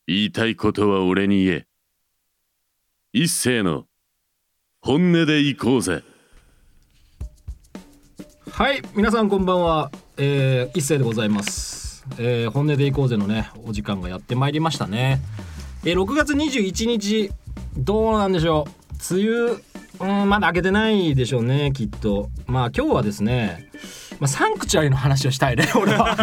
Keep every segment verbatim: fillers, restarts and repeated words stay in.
言いたいことは俺に言え。一斉の本音で行こうぜ。 はい、皆さんこんばんは、えー、一斉でございます、えー、本音で行こうぜのねお時間がやってまいりましたね。えー、ろくがつにじゅういちにちどうなんでしょう。梅雨うんまだ明けてないでしょうねきっと。まあ今日はですね、まあ、サンクチュアリの話をしたいね俺は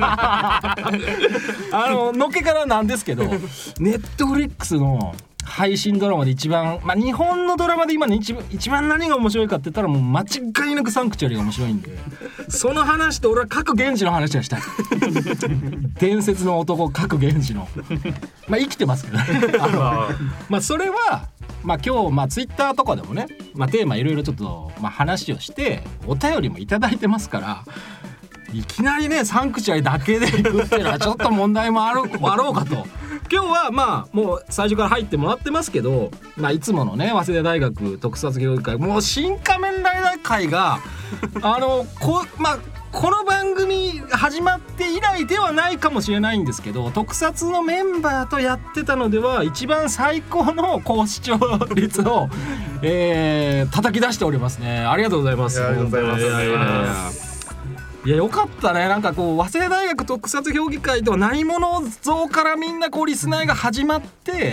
あののっけからなんですけど、ネットフリックスの配信ドラマで一番、まあ、日本のドラマで今ね 一, 一番何が面白いかって言ったらもう間違いなくサンクチュアリが面白いんで、その話と俺は各源氏の話がしたい伝説の男各源氏のまあ生きてますけどねあのまあそれはまあ今日まあツイッターとかでもね、まあ、テーマいろいろちょっとまあ話をしてお便りもいただいてますから、いきなりねサンクチュアリだけでいくっていうのはちょっと問題もあるあろうかと。今日はまあもう最初から入ってもらってますけど、まあいつものね早稲田大学特撮教育会、もう新仮面ライダー会があのこまあこの番組始まって以来ではないかもしれないんですけど、特撮のメンバーとやってたのでは一番最高の高視聴率を、えー、叩き出しておりますね。ありがとうございます。 ありがとうございます。 いやよかったね。なんかこう早稲田大学特撮評議会とは何者像からみんなこうリスナーが始まって、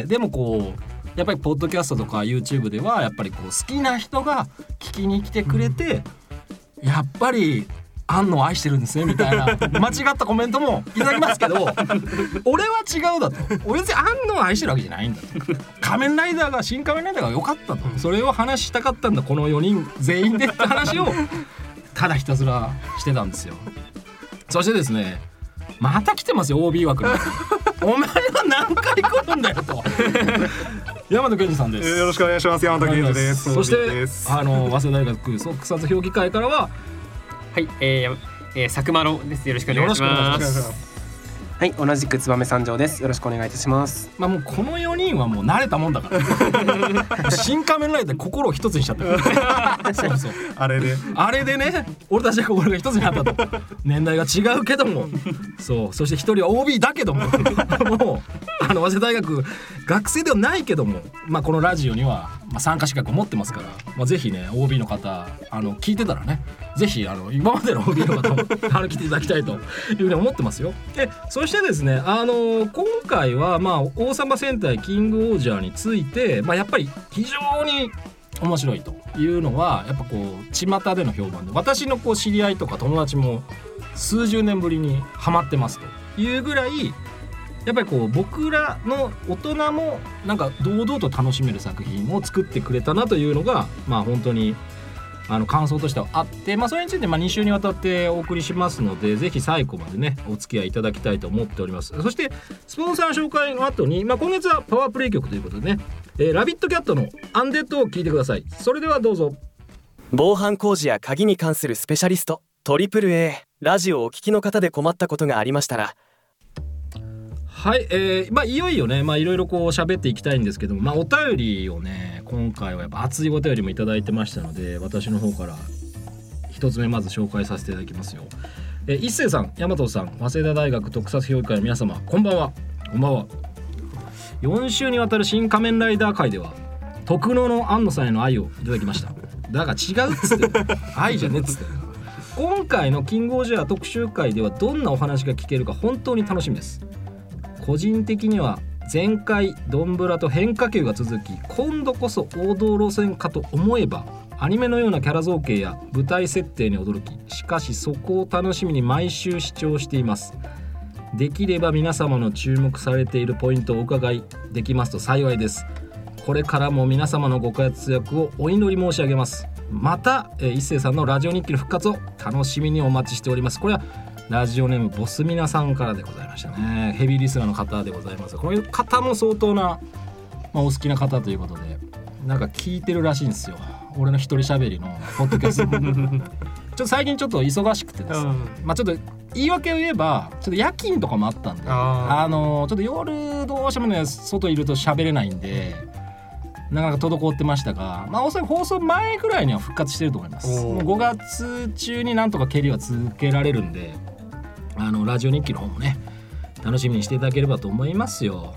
でもこうやっぱりポッドキャストとか YouTube ではやっぱりこう好きな人が聞きに来てくれて、やっぱり安野を愛してるんですねみたいな間違ったコメントもいただきますけど俺は違うだと。俺別に安野を愛してるわけじゃないんだと。仮面ライダーが新仮面ライダーが良かったと、それを話したかったんだこのよにん全員でって話をただひたすらしてたんですよ。そしてですね、また来てますよ オービー 枠にお前は何回来るんだよと大和健二さんです。 よろしくお願いします。大和健二です。 そしてあの早稲田大学特撮評議会からははい、えーえー、佐久間郎です。よろしくお願いします。 はい、同じく燕三条です。よろしくお願いいたします。 まあもうこのよにんはもう慣れたもんだから新仮面ライダーで心を一つにしちゃったそうそうあれであれでね俺たちが心が一つになったと。年代が違うけどもそう、そして一人は オービー だけどももうあの早稲田大学学生ではないけども、まあ、このラジオにはまあ参加資格を持ってますから、まあ、ぜひね オービー の方あの聞いてたらね、ぜひあの今までの オービー の方もあの来ていただきたいというふうに思ってますよ。でそしてですね、あの今回はまあ王様戦隊キングオージャーについて、まあ、やっぱり非常に面白いというのはやっぱこう巷での評判で、私のこう知り合いとか友達も数十年ぶりにハマってますというぐらい、やっぱりこう僕らの大人もなんか堂々と楽しめる作品を作ってくれたなというのがまあ本当にあの感想としてはあって、まあ、それについてまあに週にわたってお送りしますので、ぜひ最後までねお付き合いいただきたいと思っております。そしてスポンサー紹介の後に、まあ、今月はパワープレイ曲ということでね、えー、ラビットキャットのアンデッドを聴いてください。それではどうぞ。 防犯工事や鍵に関するスペシャリスト トリプルエー ラジオをお聞きの方で困ったことがありましたら、 はい、えーまあ、いよいよねいろいろこう喋っていきたいんですけども、まあ、お便りをね今回はやっぱ熱いお便りもいただいてましたので、私の方から一つ目まず紹介させていただきますよ。えー、一斉さん、大和さん、早稲田大学特撮評議会の皆様、こんばんは。こんばんは。よん週にわたる新仮面ライダー会では特納の安野さんへの愛をいただきました。だから違うっつって愛じゃねっつって今回のキングオージャー特集会ではどんなお話が聞けるか本当に楽しみです。個人的には前回ドンブラと変化球が続き、今度こそ王道路線かと思えばアニメのようなキャラ造形や舞台設定に驚き、しかしそこを楽しみに毎週視聴しています。できれば皆様の注目されているポイントをお伺いできますと幸いです。これからも皆様のご活躍をお祈り申し上げます。また、えー、一斉さんのラジオ日記の復活を楽しみにお待ちしております。これはラジオネームボスミナさんからでございましたね。ヘビーリスナーの方でございます。こういう方も相当な、まあ、お好きな方ということでなんか聞いてるらしいんですよ、俺の一人喋りのポッドキャストちょっと最近ちょっと忙しくてですね、うん、まあちょっと言い訳を言えばちょっと夜勤とかもあったんで、ああのちょっと夜どうしてもね外いると喋れないんでなかなか滞ってましたが、まあおそらく放送前ぐらいには復活してると思います。もうごがつ中になんとか蹴りは続けられるんで、あのラジオ日記の方もね楽しみにしていただければと思いますよ。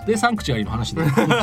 でサンクチュアリの話で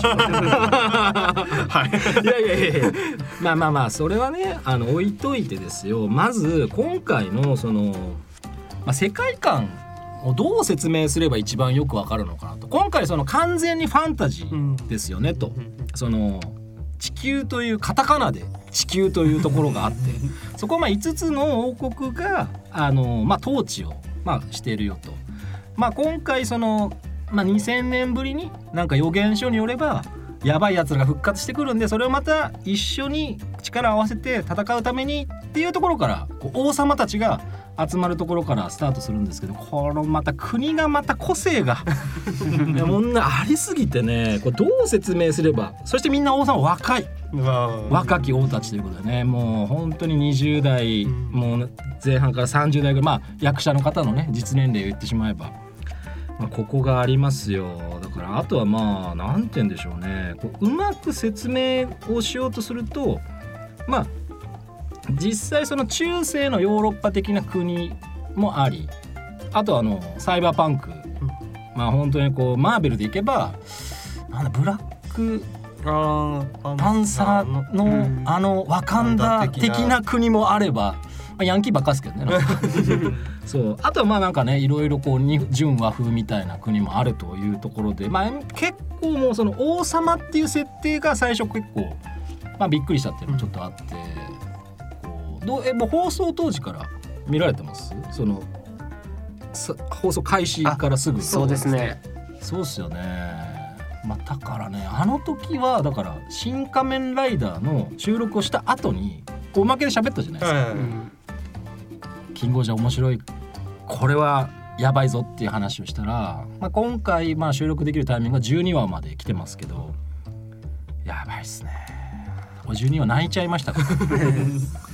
はいいやいやいやいやまあまあまあそれはねあの置いといてですよ。まず今回のその、まあ、世界観をどう説明すれば一番よくわかるのかなと。今回その完全にファンタジーですよねと、その地球というカタカナで地球というところがあってそこはまあいつつの王国があの、まあ、統治を、まあ、しているよと。まあ、今回その、まあ、にせんねんぶりになんか予言書によればやばいやつらが復活してくるんで、それをまた一緒に力を合わせて戦うためにっていうところからこう王様たちが集まるところからスタートするんですけど、このまた国がまた個性がいやもんなありすぎてね、これどう説明すれば。そしてみんな王様若い若き王たちということでね、もう本当ににじゅう代、うん、もう前半からさんじゅう代ぐらい、まあ役者の方のね実年齢を言ってしまえば、まあ、ここがありますよ。だからあとはまあなんて言うんでしょうね、こううまく説明をしようとすると、まあ実際その中世のヨーロッパ的な国もあり、あとはあのサイバーパンク、うん、まあ本当にこうマーベルでいけばなんだブラックあパンサー の, の、うん、あのワカンダ的な国もあれば、まあ、ヤンキーばっかですけどねそうあとはまあなんかねいろいろこうに純和風みたいな国もあるというところで、まあ、結構もうその王様っていう設定が最初結構、まあ、びっくりしたっていうのもちょっとあって、こうどうえもう放送当時から見られてます？その放送開始からすぐ。 そうですね。 そうですよね。まあ、だからねあの時はだから新仮面ライダーの収録をした後におまけで喋ったじゃないですか、うん、キングオージャー面白いこれはやばいぞっていう話をしたら、まあ、今回まあ収録できるタイミングがじゅうにわまで来てますけど、やばいっすね。じゅうにわ泣いちゃいましたから泣けるぜ。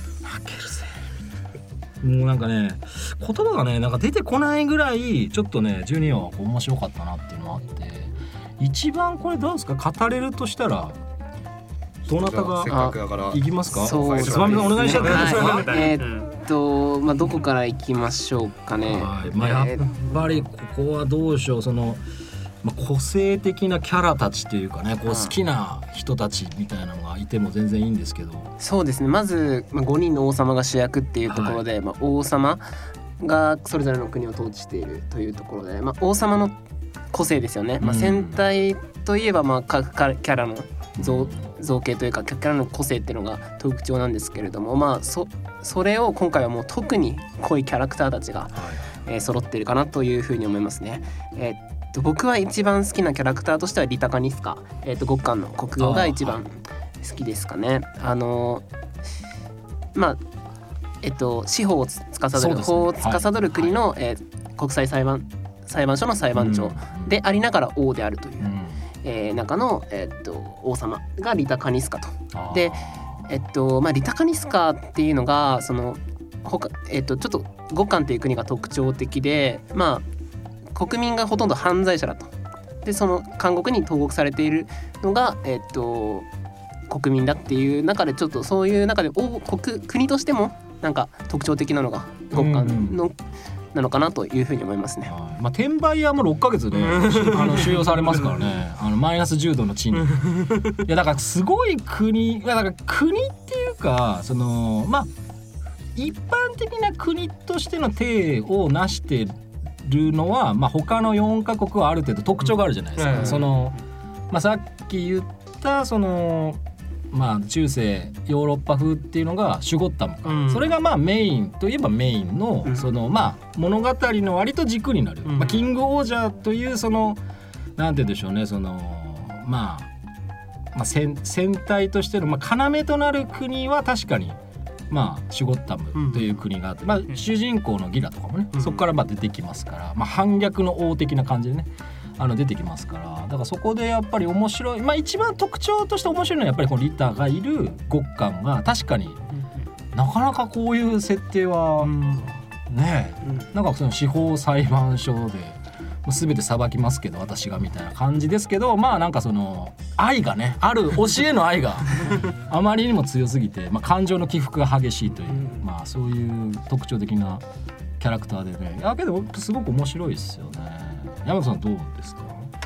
もうなんかね言葉がねなんか出てこないぐらいちょっとねじゅうにわは面白かったなっていうのがあって、一番これどうですか語れるとしたらどなたがいきますか？ そうですね。 つばみさんお願いしちゃってください。 はい、えー、っとまあどこからいきましょうかね。 はい、まあ、やっぱりここはどうでしょう、その、まあ、個性的なキャラたちっていうかね、こう好きな人たちみたいなのがいても全然いいんですけど。 そうですね。まず、まあ、ごにんの王様が主役っていうところで、はい、まあ、王様がそれぞれの国を統治しているというところで、まあ、王様の個性ですよね。まあ、戦隊といえばまあ各キャラの 造, 造形というかキャラの個性っていうのが特徴なんですけれども、まあ そ, それを今回はもう特に濃いキャラクターたちが、はい、えー、揃っているかなというふうに思いますね。えー、っと僕は一番好きなキャラクターとしてはリタカニスカ、えー、っと極寒の国王が一番好きですかね。あ, あのまあえっと司法を司る、ね、法を司る国の、はい、えー、国際裁判裁判所の裁判長でありながら王であるという、うん、えー、中の、えー、っと王様がリタカニスカと。で、えっとまあ、リタカニスカっていうのがその他、えっと、ちょっとゴッカンっていう国が特徴的で、まあ、国民がほとんど犯罪者だと。でその監獄に投獄されているのが、えっと、国民だっていう中でちょっとそういう中で王国国としてもなんか特徴的なのがゴッカンの、うん、なのかなというふうに思いますね。 まあ、転売屋もろっかげつで、ね、あの収容されますからねあのマイナスじゅうどの地に。いやだからすごい国、いやだから国っていうかそのまあ一般的な国としての体を成してるのは、まあ、他のよんかこくはある程度特徴があるじゃないですか。うん、そのまあ、さっき言ったそのまあ、中世ヨーロッパ風っていうのがシュゴッタムか、うん、それがまあメインといえばメイン の,、うん、そのまあ物語の割と軸になる、うん、まあ、キングオージャーというそのなんて言うんでしょうね、そのまあ、まあ、戦, 戦隊としての、まあ、要となる国は確かにまあシュゴッタムという国があって、うん、まあ、主人公のギラとかもね、うん、そこからまあ出てきますから、まあ、反逆の王的な感じでねあの出てきますから、だからそこでやっぱり面白い、まあ、一番特徴として面白いのはやっぱりこのリタがいるゴッカンが確かになかなかこういう設定はねえ、なんかその司法裁判所で全て裁きますけど私がみたいな感じですけど、まあなんかその愛がねある教えの愛があまりにも強すぎて、まあ、感情の起伏が激しいという、まあそういう特徴的なキャラクターでね、いやけどすごく面白いですよね。山本さんどうですか？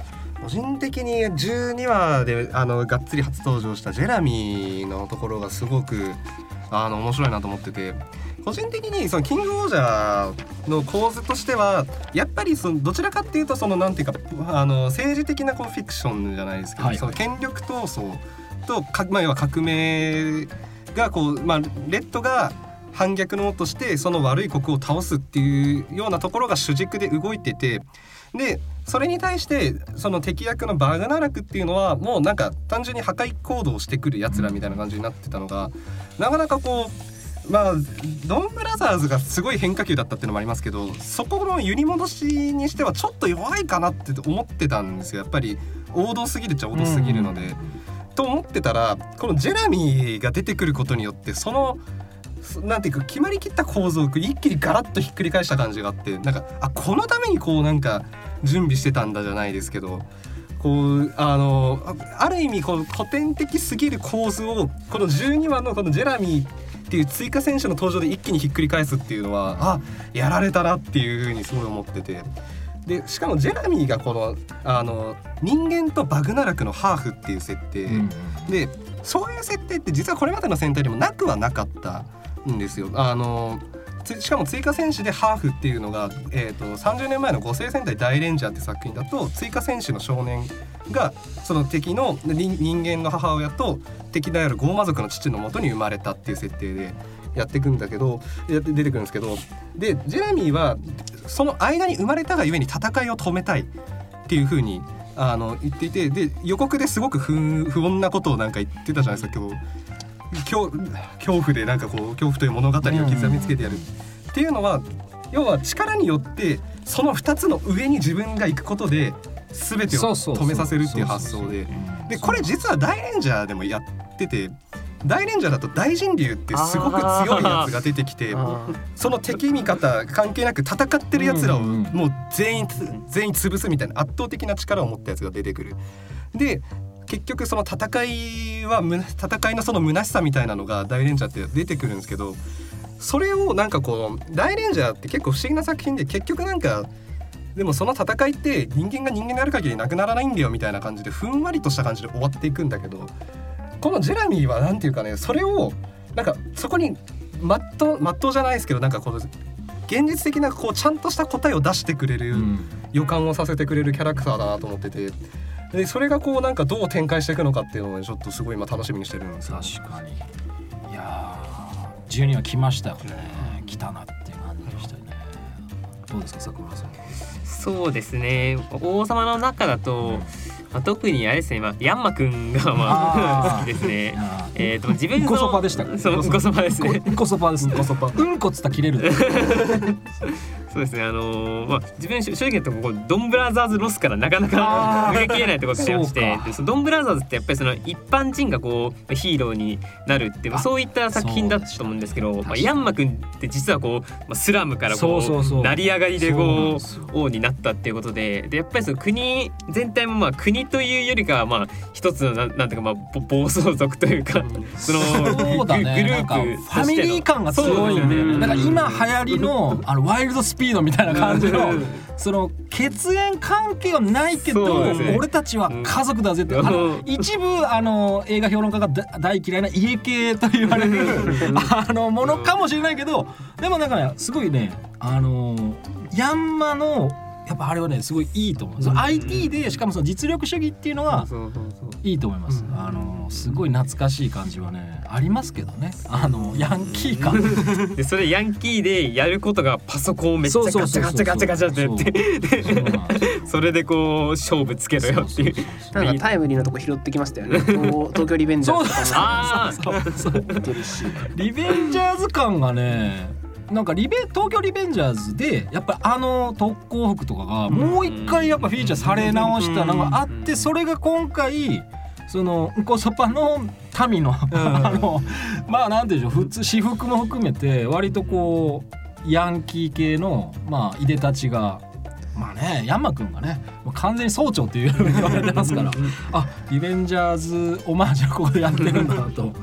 個人的にじゅうにわであのがっつり初登場したジェラミーのところがすごくあの面白いなと思ってて、個人的にそのキングオージャーの構図としてはやっぱりそのどちらかっていうとそのなんていうかあの政治的なこうフィクションじゃないですけど、はいはい、その権力闘争とか、まあ、要は革命がこう、まあ、レッドが反逆のとしてその悪い国を倒すっていうようなところが主軸で動いてて、でそれに対してその敵役のバグナラクっていうのはもうなんか単純に破壊行動をしてくるやつらみたいな感じになってたのが、なかなかこうまあドンブラザーズがすごい変化球だったっていうのもありますけど、そこの揺り戻しにしてはちょっと弱いかなって思ってたんですよ。やっぱり王道すぎるっちゃ王道すぎるので、うん、と思ってたらこのジェラミーが出てくることによってそのなんていうか決まりきった構造を一気にガラッとひっくり返した感じがあって、なんかあこのためにこうなんか準備してたんだじゃないですけど、こうあのある意味こう古典的すぎる構図をこのじゅうにわのこのジェラミーっていう追加選手の登場で一気にひっくり返すっていうのはあやられたなっていう風にすごい思ってて、でしかもジェラミーがこのあの人間とバグナラクのハーフっていう設定、うん、でそういう設定って実はこれまでの戦隊でもなくはなかったんですよ。あのしかも追加戦士でハーフっていうのが、えー、とさんじゅうねんまえの五星戦隊大レンジャーって作品だと追加戦士の少年がその敵の人間の母親と敵であるゴーマ族の父の元に生まれたっていう設定でやっていくんだけどやって出てくるんですけど、でジェラミーはその間に生まれたがゆえに戦いを止めたいっていう風にあの言っていて、で予告ですごく 不, 不穏なことをなんか言ってたじゃないですか。今日恐, 恐怖でなんかこう恐怖という物語を刻みつけてやるっていうのは、要は力によってそのふたつの上に自分が行くことで全てを止めさせるっていう発想で、でこれ実は大レンジャーでもやってて、大レンジャーだと大人竜ってすごく強いやつが出てきて、その敵味方関係なく戦ってるやつらをもう全員全員潰すみたいな圧倒的な力を持ったやつが出てくる。で結局その戦いは戦いのその虚しさみたいなのが大レンジャーって出てくるんですけど、それをなんかこう大レンジャーって結構不思議な作品で、結局なんかでもその戦いって人間が人間である限りなくならないんだよみたいな感じでふんわりとした感じで終わっていくんだけど、このジェラミーはなんていうかね、それをなんかそこにまっとうまっとうじゃないですけど、なんかこの現実的なこうちゃんとした答えを出してくれる予感をさせてくれるキャラクターだなと思ってて、でそれがこうなんかどう展開していくのかっていうのをちょっとすごい今楽しみにしてるんですよ。 確かにいやじゅうにわ来ましたよね。来たなっていう感じでしたよね。どうですか桜村さん。 そうですね、王様の中だと、うんまあ、特にあれですね、まあ、ヤンマくんがまあ好きですね。えーと自分のうんこそばでしたか。 そううんこそばですね。 うんこそばですね。うんこつったら切れる。 そうですね、あのーまあ、自分正直言うとここドンブラザーズロスからなかなか抜けきれないところがありまして、でそのドンブラザーズってやっぱりその一般人がこうヒーローになるっていうそういった作品だったと思うんですけど、まあ、ヤンマくんって実はこう、まあ、スラムからこうそうそうそう成り上がりでこう王になったっていうことで、でやっぱりその国全体もまあ国というよりかはまあ一つのなんなんていうかまあ暴走族というか、うん、そのそうだね、 グループファミリー感が強いんだよね。なんか今流行りのあのワイルドスピードみたいな感じのその血縁関係はないけど、ね、俺たちは家族だぜって、うん、あの一部あの映画評論家が大嫌いな家系と言われるあのものかもしれないけど、でもなんかねすごいねあのヤンマのやっぱあれはねすごいいいと思う。その アイティー でしかもその実力主義っていうのはいいと思います。あのすごい懐かしい感じはねありますけどね。あのヤンキー感でそれヤンキーでやることがパソコンをめっちゃガチャガチャガチャガチャってやってそれでこう勝負つけろよっていう、 なんかタイムリーなとこ拾ってきましたよね。東京リベンジャーズとかもあそうそうそうリベンジャーズ感がねなんかリベ東京リベンジャーズでやっぱりあの特攻服とかがもう一回やっぱフィーチャーされ直したのがあって、それが今回そのンコソパの民のあのまあなんていうんでしょう、普通私服も含めて割とこうヤンキー系のまあいでたちがまあねヤンマくんがね完全に総長っていう言われてますからあリベンジャーズオマージュをここでやってるんだなと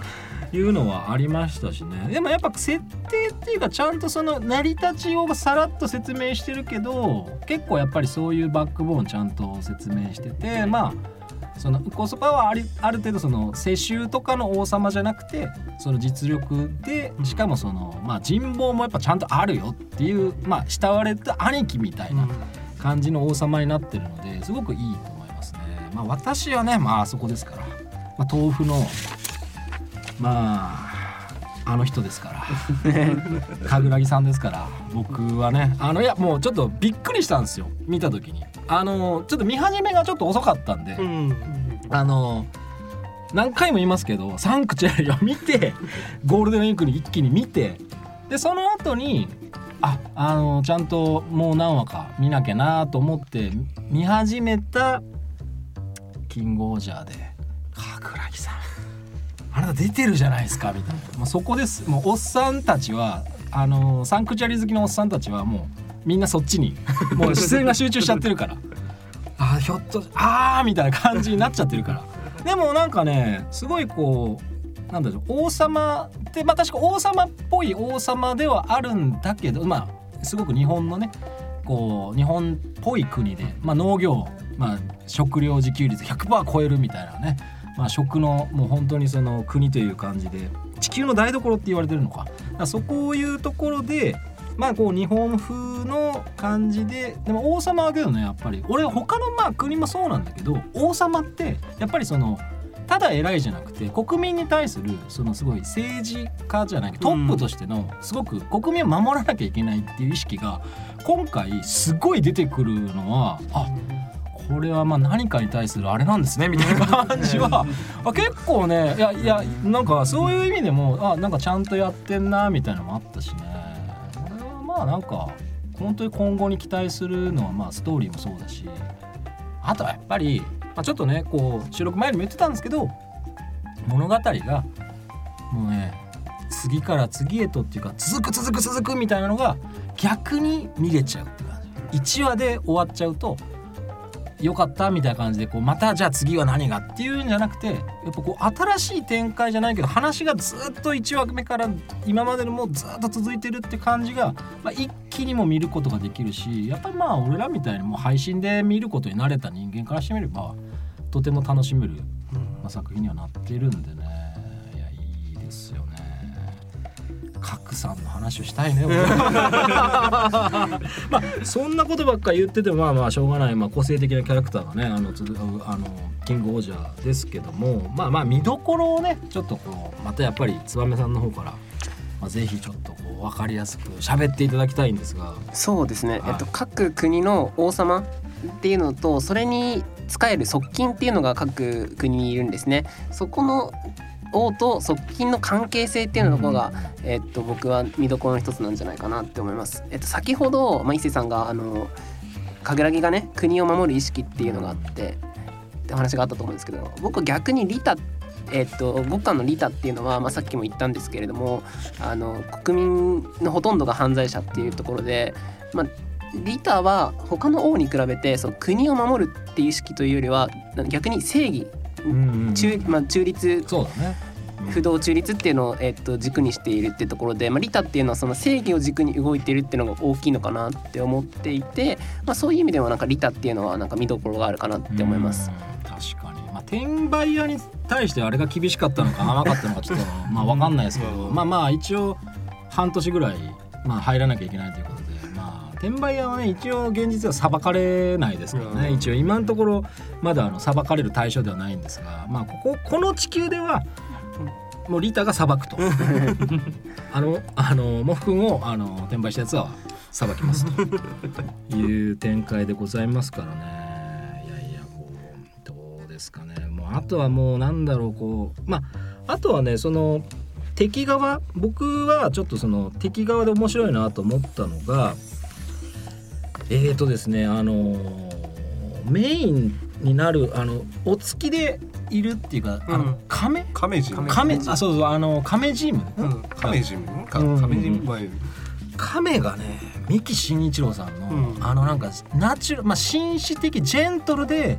いうのはありましたしね。でもやっぱ設定っていうかちゃんとその成り立ちをさらっと説明してるけど、結構やっぱりそういうバックボーンちゃんと説明してて、まあそのコスパはありある程度その世襲とかの王様じゃなくてその実力で、しかもそのまあ人望もやっぱちゃんとあるよっていう、まあ慕われた兄貴みたいな感じの王様になってるので、すごくいいと思いますね。まあ私はね、まああそこですから、まあ、豆腐のまああの人ですから神楽木さんですから、僕はねあのいやもうちょっとびっくりしたんですよ、見た時に。あのちょっと見始めがちょっと遅かったんで、うん、あの何回も言いますけどサンクチュアリを見てゴールデンウィークに一気に見て、でその後にああのちゃんともう何話か見なきゃなと思って見始めたキングオージャーで神楽木さんあなた出てるじゃないですかみたいな、まあ、そこです。もうおっさんたちはあのサンクチュアリ好きのおっさんたちはもうみんなそっちにもう視線が集中しちゃってるからあひょっとあーみたいな感じになっちゃってるから。でもなんかねすごいこうなんだろう、王様ってまあ確か王様っぽい王様ではあるんだけど、まあすごく日本のねこう日本っぽい国で、まあ、農業、まあ、食料自給率 ひゃくパーセント 超えるみたいなね、まあ、食のもう本当にその国という感じで地球の台所って言われてるのか。だからそういうところでまあこう日本風の感じで、でも王様はけどねやっぱり俺は他のまあ国もそうなんだけど、王様ってやっぱりそのただ偉いじゃなくて国民に対するそのすごい政治家じゃないトップとしてのすごく国民を守らなきゃいけないっていう意識が今回すごい出てくるのは、あこれはまあ何かに対するあれなんですねみたいな感じはあ結構ねいやいやなんかそういう意味でもあなんかちゃんとやってんなみたいなのもあったしね。これはまあなんか本当に今後に期待するのはまあストーリーもそうだし、あとはやっぱりまあ、ちょっとねこう収録前にも言ってたんですけど、物語がもうね次から次へとっていうか続く続く続くみたいなのが逆に見れちゃうって感じ。いちわで終わっちゃうとよかったみたいな感じでこうまたじゃあ次は何がっていうんじゃなくて、やっぱこう新しい展開じゃないけど話がずっといちわめから今までのもずっと続いてるって感じが、まあ、一気にも見ることができるし、やっぱりまあ俺らみたいにもう配信で見ることに慣れた人間からしてみればとても楽しめる、まあ、作品にはなってるんでね。いやいいですよね。角さんの話をしたいねまあそんなことばっかり言っててもまあまあしょうがない、まあ、個性的なキャラクターがねあのつあのキングオージャーですけども、まあまあ見どころをねちょっとこうまたやっぱり燕さんの方から、まあ、ぜひちょっとこう分かりやすく喋っていただきたいんですが。 そうですね、はい、えっと、各国の王様っていうのとそれに仕える側近っていうのが各国にいるんですね。そこの王と側近の関係性っていうのが、うんえっと、僕は見どころの一つなんじゃないかなって思います。えっと、先ほど、まあ、伊勢さんがあの神楽木がね国を守る意識っていうのがあってって話があったと思うんですけど、僕は逆にリタえっと、五冠のリタっていうのは、まあ、さっきも言ったんですけれどもあの国民のほとんどが犯罪者っていうところで、まあ、リタは他の王に比べてその国を守るっていう意識というよりは逆に正義、うんうん中まあ、中立そうだね不動中立っていうのを、えっと、軸にしているっていうところで、まあ、リタっていうのはその正義を軸に動いているっていうのが大きいのかなって思っていて、まあ、そういう意味ではなんかリタっていうのはなんか見どころがあるかなって思います。 確かに、まあ、転売屋に対してあれが厳しかったのか甘かったのかちょっとまあ分かんないですけどまあまあ一応半年ぐらい、まあ、入らなきゃいけないということで、まあ、転売屋はね一応現実は裁かれないですからね、一応今のところまだあの裁かれる対象ではないんですが、まあ、こここの地球ではもうリタが裁くとあのあのモフ君をあの転売したやつは裁きますという展開でございますからね。いやいやこうどうですかね。もうあとはもうなんだろうこうまああとはねその敵側僕はちょっとその敵側で面白いなと思ったのがえーとですねあのメインになるあのお付きでいるっていうか、うん、あのカメカメジムカメあそうそうあのカメジム、 うん、カメジムカメジムカメがね三木真一郎さんの、うん、あのなんかナチュラルまあ紳士的ジェントルで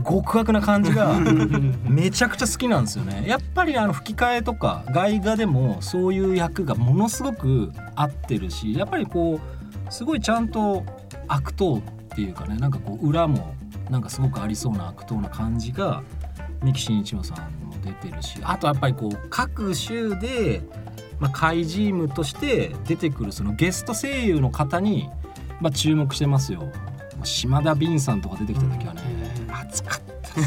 極悪な感じがめちゃくちゃ好きなんですよね。やっぱりあの吹き替えとか外画でもそういう役がものすごく合ってるし、やっぱりこうすごいちゃんと悪党っていうかね、なんかこう裏もなんかすごくありそうな悪党な感じが三木真一郎さんも出てるし、あとやっぱりこう各州で、まあ、怪人務として出てくるそのゲスト声優の方に、まあ、注目してますよ。島田敏さんとか出てきた時はね、熱か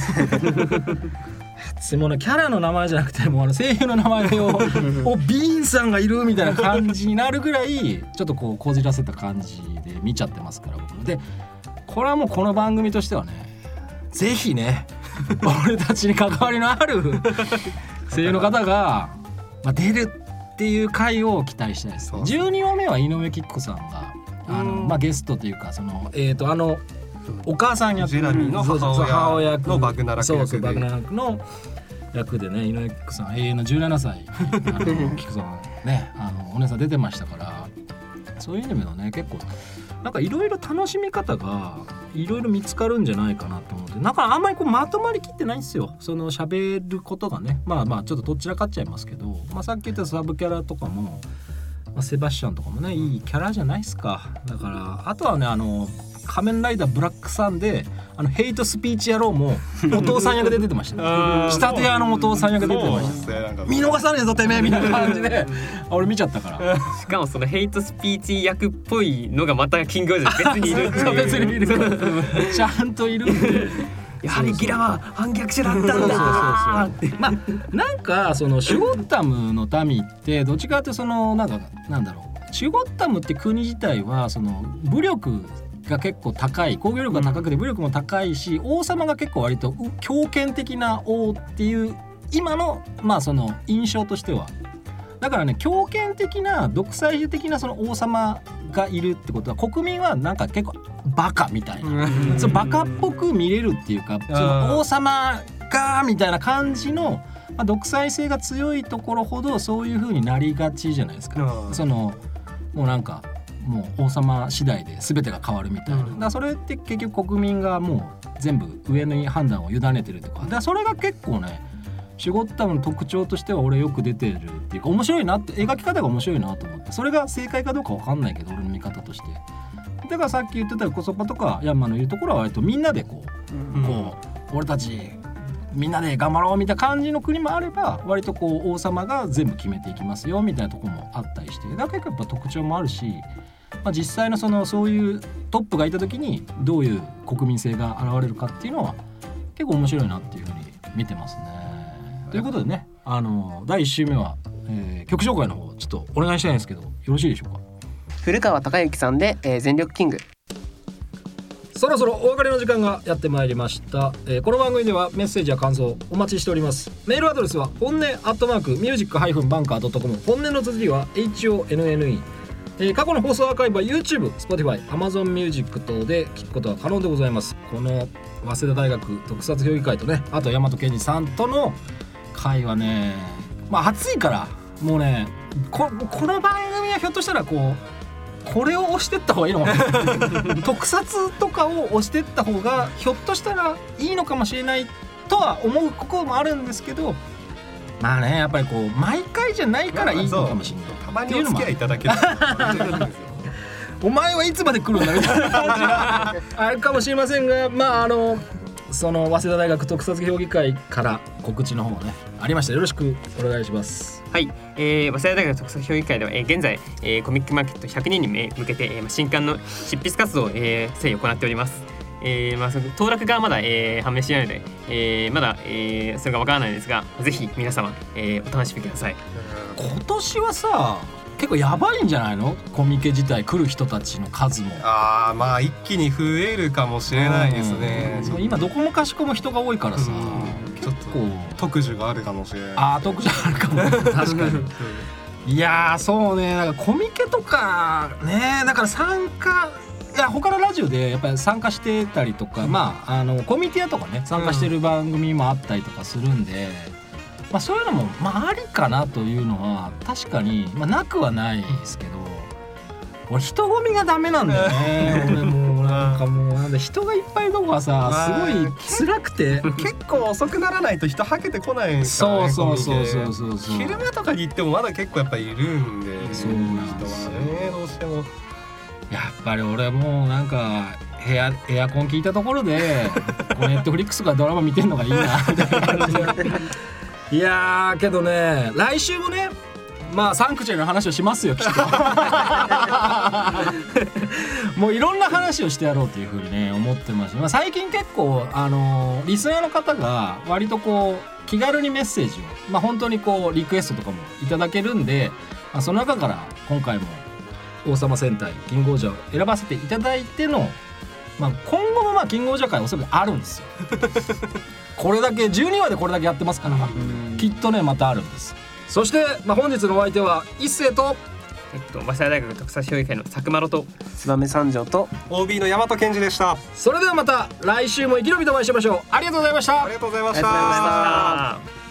ったでもね、キャラの名前じゃなくてもうあの声優の名前をお敏さんがいるみたいな感じになるぐらいちょっとこうこじらせた感じで見ちゃってますから、僕も。でこれはもうこの番組としてはね、ぜひね俺たちに関わりのある声優の方が、まあ、出るっていう回を期待したいです。じゅうにわめは井上貴子さんがあの、まあ、ゲストというかその、えー、とあのお母さん役ジェラミーの母親のバグナラク役で、 そうそうバグナラクの役でね、井上貴子さん永遠のじゅうななさいあの貴子さんね、あのお姉さん出てましたから、そういう意味ではね結構なんかいろいろ楽しみ方がいろいろ見つかるんじゃないかなと思って、なんかあんまりこうまとまりきってないんですよ、その喋ることがね。まあまあちょっとどちらかっちゃいますけど、まあ、さっき言ったサブキャラとかも、まあ、セバスチャンとかもねいいキャラじゃないですか。だからあとはね、あの仮面ライダーブラックさんであのヘイトスピーチ野郎もお父さん役で出てました仕立て屋のお父さん役で出てました。見逃さねえぞてめえみたいな感じで俺見ちゃったからしかもそのヘイトスピーチ役っぽいのがまたキングオージャー別にいるっていう別にいるちゃんといるんでやはりギラは反逆者だったんだー。 まあなんかそのシュゴッタムの民ってどっちかというとそのなんかなんだろう、シュゴッタムって国自体はその武力が結構高い、工業力が高くて武力も高いし、王様が結構割と強権的な王っていう今のまあその印象としては、だからね強権的な独裁者的なその王様がいるってことは国民はなんか結構バカみたいなそのバカっぽく見れるっていうか、その王様がみたいな感じの、まあ、独裁性が強いところほどそういう風になりがちじゃないですか。そのもうなんかもう王様次第で全てが変わるみたいな、だからそれって結局国民がもう全部上に判断を委ねてるとか、だからそれが結構ねシュゴッタムの特徴としては俺よく出てるっていうか面白いなって、描き方が面白いなと思って、それが正解かどうか分かんないけど俺の見方として、だからさっき言ってたコソパとかヤンマの言うところは割とみんなでこう、うん、こう俺たちみんなで頑張ろうみたいな感じの国もあれば、割とこう王様が全部決めていきますよみたいなところもあったりして、だから結構やっぱ特徴もあるし、まあ、実際のそのそういうトップがいた時にどういう国民性が現れるかっていうのは結構面白いなっていうふうに見てますね。ということでね、あのだいいち週目は、えー、曲紹介の方ちょっとお願いしたいんですけどよろしいでしょうか。 古川孝之さんで、えー、全力キング。 そろそろお別れの時間がやってまいりました、えー、この番組ではメッセージや感想お待ちしております。メールアドレスは本音アットマークミュージックハイフンバンカードットコム、本音の綴りは エイチオーエヌエヌイー、えー、過去の放送アーカイブは YouTube、Spotify、Amazon Music 等で聞くことが可能でございます。この早稲田大学特撮評議会とね、あと大和健二さんとの会はね、まあ暑いからもうね こ, この番組はひょっとしたらこうこれを押してった方がいいのかな特撮とかを押してった方がひょっとしたらいいのかもしれないとは思うこともあるんですけど、まあねやっぱりこう毎回じゃないからいいのかもしれない、 たまにお付き合いいただけるお前はいつまで来るんだみたいな感じがあるかもしれませんが、まああのその早稲田大学特撮評議会から告知の方ねありました。よろしくお願いします。 はい、えー、早稲田大学特撮評議会では、えー、現在、えー、コミックマーケットひゃくにんに向けて、えー、新刊の執筆活動を、えー、制行っております。えーまあ、その当落がまだ、えー、判明していないので、えー、まだ、えー、それがわからないですが、ぜひ皆様、えー、お楽しみください。 今年はさ結構やばいんじゃないの、コミケ自体来る人たちの数も。 ああまあ一気に増えるかもしれないですね。 うん、今どこもかしこも人が多いからさ、 ちょっと特需があるかもしれない。 ああ特需あるかも確かにいやーそうね、なんかコミケとかね、だから参加いや他のラジオでやっぱり参加してたりとか、うん、まああのコミティアとかね参加してる番組もあったりとかするんで、うんまあ、そういうのも、まあ、ありかなというのは確かに、まあ、なくはないですけど、俺人混みがダメなんだよね俺もううなんかもうなんだ人がいっぱいいるとこがさすごい辛くて結構遅くならないと人はけてこないんですからね。 そうそうそうそうそうそう昼間とかに行ってもまだ結構やっぱいるんで、 そうなんですよ人はねどうしても。 やっぱり俺もうなんか部屋エアコン効いたところでこうネットフリックスがドラマ見てんのがいいなって感じ。いやーけどね来週もねまあサンクチュアリの話をしますよきっと。もういろんな話をしてやろうというふうにね思ってます、まあ、最近結構あのリスナーの方が割とこう気軽にメッセージをまあ本当にこうリクエストとかもいただけるんで、まあ、その中から今回も王様戦隊キングオージャーを選ばせていただいての、まあ、今後もまあキングオージャー会おそらくあるんですよ。これだけじゅうにわでこれだけやってますからきっとねまたあるんです。そして、まあ、本日のお相手は一星とえっと早稲田大学特撮評議会の佐久間ろと燕三条とオービー の大和健二でした。 それではまた来週も生き延びてお会いしましょう。ありがとうございました。 ありがとうございましありがとうございましたた。